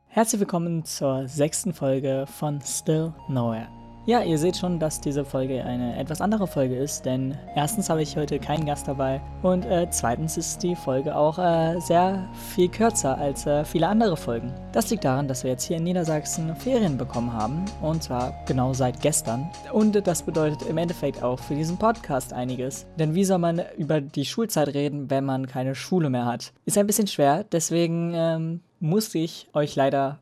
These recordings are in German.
Herzlich willkommen zur 6. Folge von Still Nowhere. Ja, ihr seht schon, dass diese Folge eine etwas andere Folge ist, denn erstens habe ich heute keinen Gast dabei und zweitens ist die Folge auch sehr viel kürzer als viele andere Folgen. Das liegt daran, dass wir jetzt hier in Niedersachsen Ferien bekommen haben und zwar genau seit gestern und das bedeutet im Endeffekt auch für diesen Podcast einiges, denn wie soll man über die Schulzeit reden, wenn man keine Schule mehr hat? Ist ein bisschen schwer, deswegen sollte ich euch leider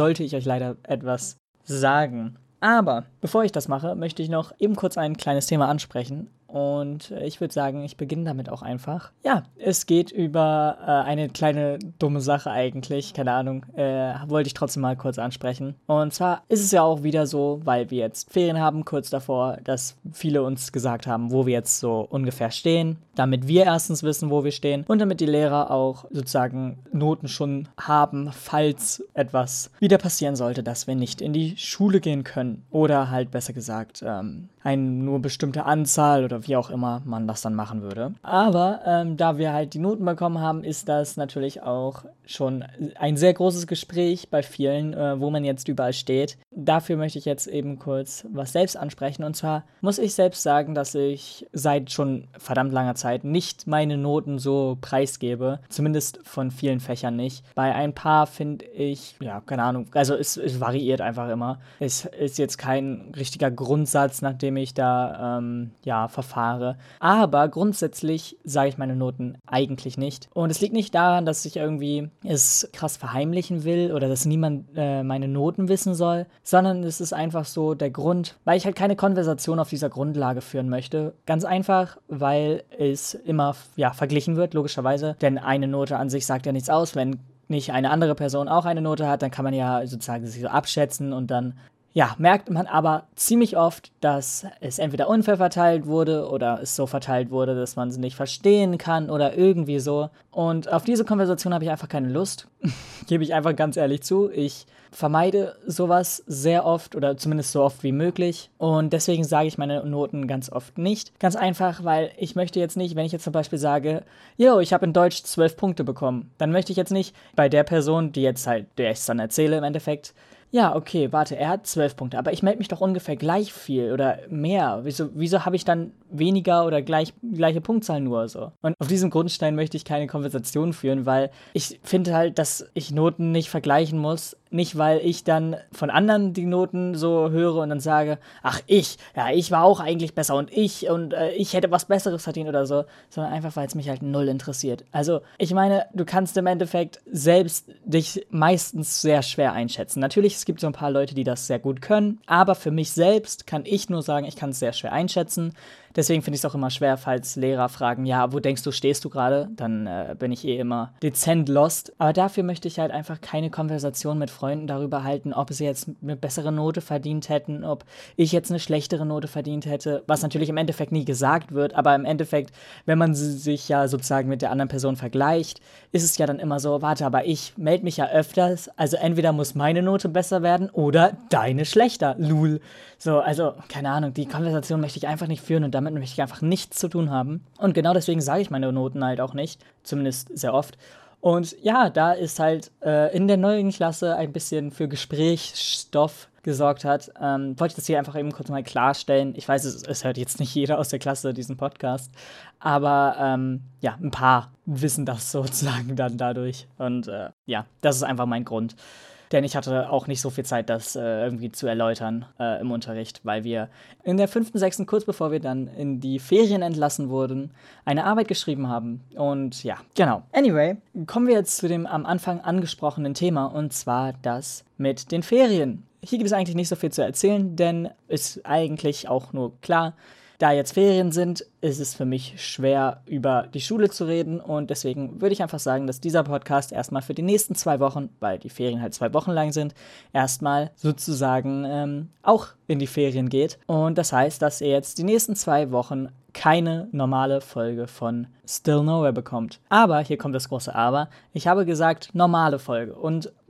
etwas sagen. Aber bevor ich das mache, möchte ich noch eben kurz ein kleines Thema ansprechen. Und ich würde sagen, ich beginne damit auch einfach. Ja, es geht über eine kleine dumme Sache eigentlich, keine Ahnung, wollte ich trotzdem mal kurz ansprechen. Und zwar ist es ja auch wieder so, weil wir jetzt Ferien haben, kurz davor, dass viele uns gesagt haben, wo wir jetzt so ungefähr stehen, damit wir erstens wissen, wo wir stehen und damit die Lehrer auch sozusagen Noten schon haben, falls etwas wieder passieren sollte, dass wir nicht in die Schule gehen können. Oder halt besser gesagt, eine nur bestimmte Anzahl oder wie auch immer man das dann machen würde. Aber da wir halt die Noten bekommen haben, ist das natürlich auch schon ein sehr großes Gespräch bei vielen, wo man jetzt überall steht. Dafür möchte ich jetzt eben kurz was selbst ansprechen. Und zwar muss ich selbst sagen, dass ich seit schon verdammt langer Zeit nicht meine Noten so preisgebe. Zumindest von vielen Fächern nicht. Bei ein paar finde ich, ja, keine Ahnung, also es variiert einfach immer. Es ist jetzt kein richtiger Grundsatz, nach dem ich da, verfahre. Aber grundsätzlich sage ich meine Noten eigentlich nicht. Und es liegt nicht daran, dass ich irgendwie es krass verheimlichen will oder dass niemand meine Noten wissen soll, sondern es ist einfach so der Grund, weil ich halt keine Konversation auf dieser Grundlage führen möchte. Ganz einfach, weil es immer verglichen wird, logischerweise. Denn eine Note an sich sagt ja nichts aus. Wenn nicht eine andere Person auch eine Note hat, dann kann man ja sozusagen sich so abschätzen und dann merkt man aber ziemlich oft, dass es entweder unfair verteilt wurde oder es so verteilt wurde, dass man es nicht verstehen kann oder irgendwie so. Und auf diese Konversation habe ich einfach keine Lust. Gebe ich einfach ganz ehrlich zu. Ich vermeide sowas sehr oft oder zumindest so oft wie möglich. Und deswegen sage ich meine Noten ganz oft nicht. Ganz einfach, weil ich möchte jetzt nicht, wenn ich jetzt zum Beispiel sage, ich habe in Deutsch 12 Punkte bekommen, dann möchte ich jetzt nicht bei der Person, der ich es dann erzähle im Endeffekt, ja, okay, warte, er hat 12 Punkte, aber ich melde mich doch ungefähr gleich viel oder mehr. Wieso habe ich dann weniger oder gleiche Punktzahl nur so? Und auf diesem Grundstein möchte ich keine Konversation führen, weil ich finde halt, dass ich Noten nicht vergleichen muss. Nicht, weil ich dann von anderen die Noten so höre und dann sage, ich war auch eigentlich besser und ich hätte was Besseres verdient oder so, sondern einfach, weil es mich halt null interessiert. Also, ich meine, du kannst im Endeffekt selbst dich meistens sehr schwer einschätzen. Natürlich, es gibt so ein paar Leute, die das sehr gut können, aber für mich selbst kann ich nur sagen, ich kann es sehr schwer einschätzen. Deswegen finde ich es auch immer schwer, falls Lehrer fragen, wo denkst du, stehst du gerade? Dann bin ich immer dezent lost. Aber dafür möchte ich halt einfach keine Konversation mit Freunden darüber halten, ob sie jetzt eine bessere Note verdient hätten, ob ich jetzt eine schlechtere Note verdient hätte, was natürlich im Endeffekt nie gesagt wird, aber im Endeffekt, wenn man sich ja sozusagen mit der anderen Person vergleicht, ist es ja dann immer so, warte, aber ich melde mich ja öfters, also entweder muss meine Note besser werden oder deine schlechter, lul. So, also, keine Ahnung, die Konversation möchte ich einfach nicht führen und damit möchte ich einfach nichts zu tun haben. Und genau deswegen sage ich meine Noten halt auch nicht, zumindest sehr oft. Und ja, da ist halt in der neuen Klasse ein bisschen für Gesprächsstoff gesorgt hat, wollte ich das hier einfach eben kurz mal klarstellen. Ich weiß, es hört jetzt nicht jeder aus der Klasse diesen Podcast, aber ein paar wissen das sozusagen dann dadurch. Und das ist einfach mein Grund. Denn ich hatte auch nicht so viel Zeit, das irgendwie zu erläutern im Unterricht, weil wir in der 5., 6., kurz bevor wir dann in die Ferien entlassen wurden, eine Arbeit geschrieben haben. Und ja, genau. Anyway, kommen wir jetzt zu dem am Anfang angesprochenen Thema, und zwar das mit den Ferien. Hier gibt es eigentlich nicht so viel zu erzählen, denn ist eigentlich auch nur klar, da jetzt Ferien sind, ist es für mich schwer, über die Schule zu reden und deswegen würde ich einfach sagen, dass dieser Podcast erstmal für die nächsten 2 Wochen, weil die Ferien halt 2 Wochen lang sind, erstmal sozusagen auch in die Ferien geht. Und das heißt, dass ihr jetzt die nächsten 2 Wochen keine normale Folge von Still Nowhere bekommt. Aber, hier kommt das große Aber, ich habe gesagt normale Folge und ja,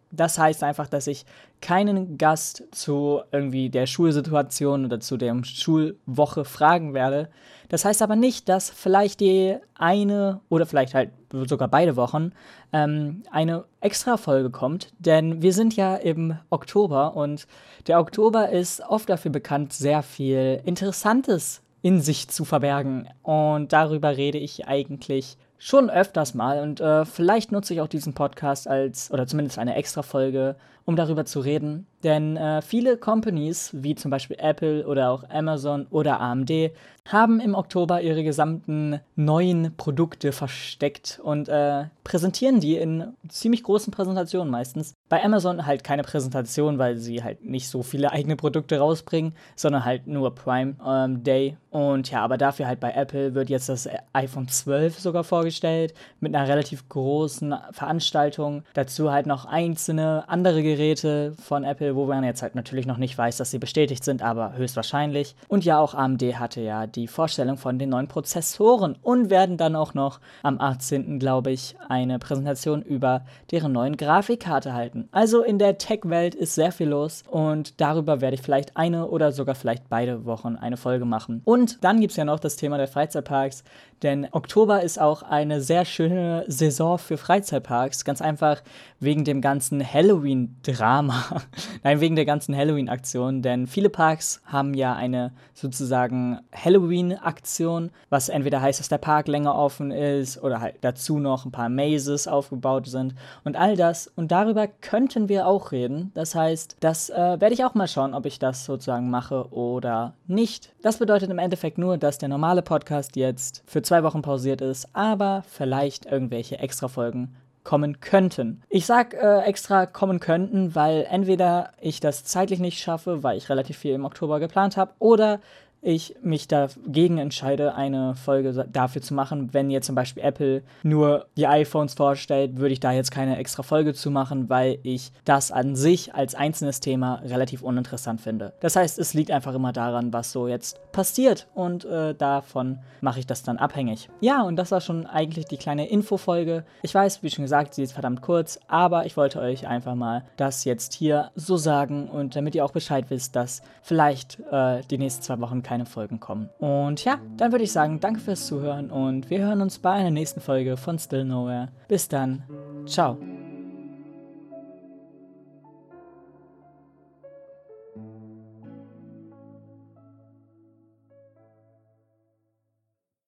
Das heißt einfach, dass ich keinen Gast zu irgendwie der Schulsituation oder zu der Schulwoche fragen werde. Das heißt aber nicht, dass vielleicht die eine oder vielleicht halt sogar beide Wochen eine Extra-Folge kommt, denn wir sind ja im Oktober und der Oktober ist oft dafür bekannt, sehr viel Interessantes in sich zu verbergen. Und darüber rede ich eigentlich schon öfters mal und vielleicht nutze ich auch diesen Podcast oder zumindest eine Extra-Folge, um darüber zu reden. Denn viele Companies, wie zum Beispiel Apple oder auch Amazon oder AMD, haben im Oktober ihre gesamten neuen Produkte versteckt und präsentieren die in ziemlich großen Präsentationen meistens. Bei Amazon halt keine Präsentation, weil sie halt nicht so viele eigene Produkte rausbringen, sondern halt nur Prime Day. Und ja, aber dafür halt bei Apple wird jetzt das iPhone 12 sogar vorgestellt, mit einer relativ großen Veranstaltung. Dazu halt noch einzelne andere Geräte von Apple, wo man jetzt halt natürlich noch nicht weiß, dass sie bestätigt sind, aber höchstwahrscheinlich. Und ja, auch AMD hatte ja die Vorstellung von den neuen Prozessoren und werden dann auch noch am 18., glaube ich, eine Präsentation über deren neuen Grafikkarte halten. Also in der Tech-Welt ist sehr viel los und darüber werde ich vielleicht eine oder sogar vielleicht beide Wochen eine Folge machen. Und dann gibt es ja noch das Thema der Freizeitparks, denn Oktober ist auch eine sehr schöne Saison für Freizeitparks, ganz einfach wegen dem ganzen Halloween-Drama. Nein, wegen der ganzen Halloween-Aktion, denn viele Parks haben ja eine sozusagen Halloween-Aktion, was entweder heißt, dass der Park länger offen ist oder halt dazu noch ein paar Mazes aufgebaut sind und all das. Und darüber könnten wir auch reden. Das heißt, das werde ich auch mal schauen, ob ich das sozusagen mache oder nicht. Das bedeutet im Endeffekt nur, dass der normale Podcast jetzt für 2 Wochen pausiert ist, aber vielleicht irgendwelche Extra-Folgen kommen könnten. Ich sag extra kommen könnten, weil entweder ich das zeitlich nicht schaffe, weil ich relativ viel im Oktober geplant habe, oder ich mich dagegen entscheide, eine Folge dafür zu machen. Wenn jetzt zum Beispiel Apple nur die iPhones vorstellt, würde ich da jetzt keine extra Folge zu machen, weil ich das an sich als einzelnes Thema relativ uninteressant finde. Das heißt, es liegt einfach immer daran, was so jetzt passiert und davon mache ich das dann abhängig. Ja, und das war schon eigentlich die kleine Infofolge. Ich weiß, wie schon gesagt, sie ist verdammt kurz, aber ich wollte euch einfach mal das jetzt hier so sagen und damit ihr auch Bescheid wisst, dass vielleicht die nächsten 2 Wochen keine Folgen kommen. Und ja, dann würde ich sagen, danke fürs Zuhören und wir hören uns bei einer nächsten Folge von Still Nowhere. Bis dann. Ciao.